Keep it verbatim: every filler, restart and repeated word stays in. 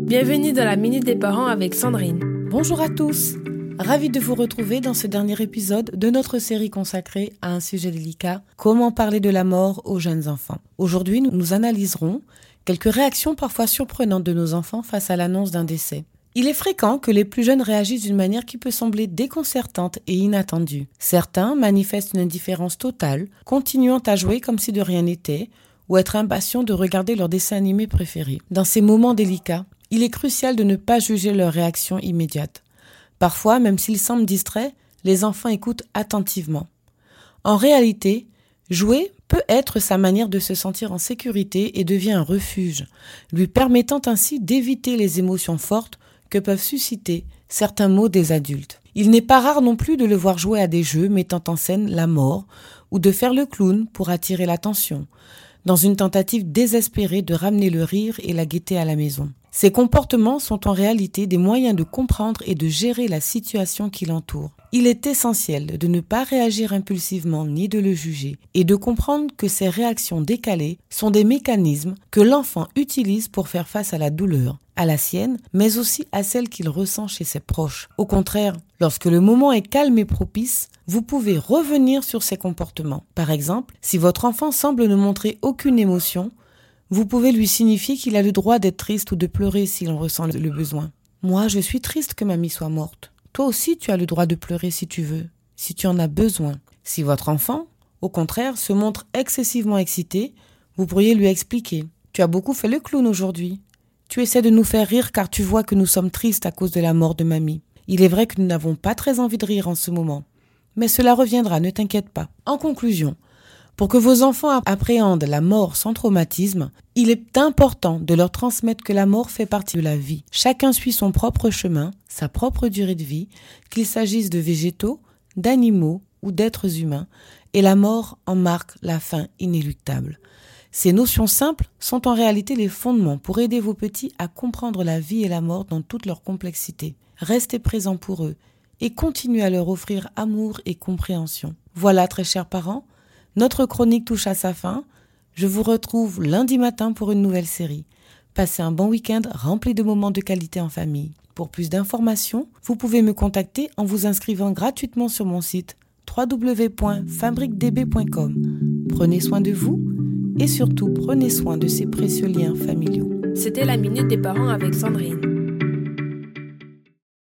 Bienvenue dans la Minute des Parents avec Sandrine. Bonjour à tous, ravie de vous retrouver dans ce dernier épisode de notre série consacrée à un sujet délicat, comment parler de la mort aux jeunes enfants. Aujourd'hui, nous analyserons quelques réactions parfois surprenantes de nos enfants face à l'annonce d'un décès. Il est fréquent que les plus jeunes réagissent d'une manière qui peut sembler déconcertante et inattendue. Certains manifestent une indifférence totale, continuant à jouer comme si de rien n'était, ou être impatients de regarder leur dessin animé préféré. Dans ces moments délicats, il est crucial de ne pas juger leur réaction immédiate. Parfois, même s'ils semblent distraits, les enfants écoutent attentivement. En réalité, jouer peut être sa manière de se sentir en sécurité et devient un refuge, lui permettant ainsi d'éviter les émotions fortes que peuvent susciter certains mots des adultes. Il n'est pas rare non plus de le voir jouer à des jeux mettant en scène la mort ou de faire le clown pour attirer l'attention, dans une tentative désespérée de ramener le rire et la gaieté à la maison. Ces comportements sont en réalité des moyens de comprendre et de gérer la situation qui l'entoure. Il est essentiel de ne pas réagir impulsivement ni de le juger et de comprendre que ces réactions décalées sont des mécanismes que l'enfant utilise pour faire face à la douleur, à la sienne, mais aussi à celle qu'il ressent chez ses proches. Au contraire, lorsque le moment est calme et propice, vous pouvez revenir sur ces comportements. Par exemple, si votre enfant semble ne montrer aucune émotion, vous pouvez lui signifier qu'il a le droit d'être triste ou de pleurer s'il en ressent le besoin. Moi, je suis triste que mamie soit morte. Toi aussi, tu as le droit de pleurer si tu veux, si tu en as besoin. Si votre enfant, au contraire, se montre excessivement excité, vous pourriez lui expliquer. Tu as beaucoup fait le clown aujourd'hui. Tu essaies de nous faire rire car tu vois que nous sommes tristes à cause de la mort de mamie. Il est vrai que nous n'avons pas très envie de rire en ce moment. Mais cela reviendra, ne t'inquiète pas. En conclusion, pour que vos enfants appréhendent la mort sans traumatisme, il est important de leur transmettre que la mort fait partie de la vie. Chacun suit son propre chemin, sa propre durée de vie, qu'il s'agisse de végétaux, d'animaux ou d'êtres humains, et la mort en marque la fin inéluctable. Ces notions simples sont en réalité les fondements pour aider vos petits à comprendre la vie et la mort dans toute leur complexité. Restez présents pour eux et continuez à leur offrir amour et compréhension. Voilà, très chers parents, notre chronique touche à sa fin. Je vous retrouve lundi matin pour une nouvelle série. Passez un bon week-end rempli de moments de qualité en famille. Pour plus d'informations, vous pouvez me contacter en vous inscrivant gratuitement sur mon site w w w point fabrique d b point com. Prenez soin de vous et surtout prenez soin de ces précieux liens familiaux. C'était la Minute des Parents avec Sandrine.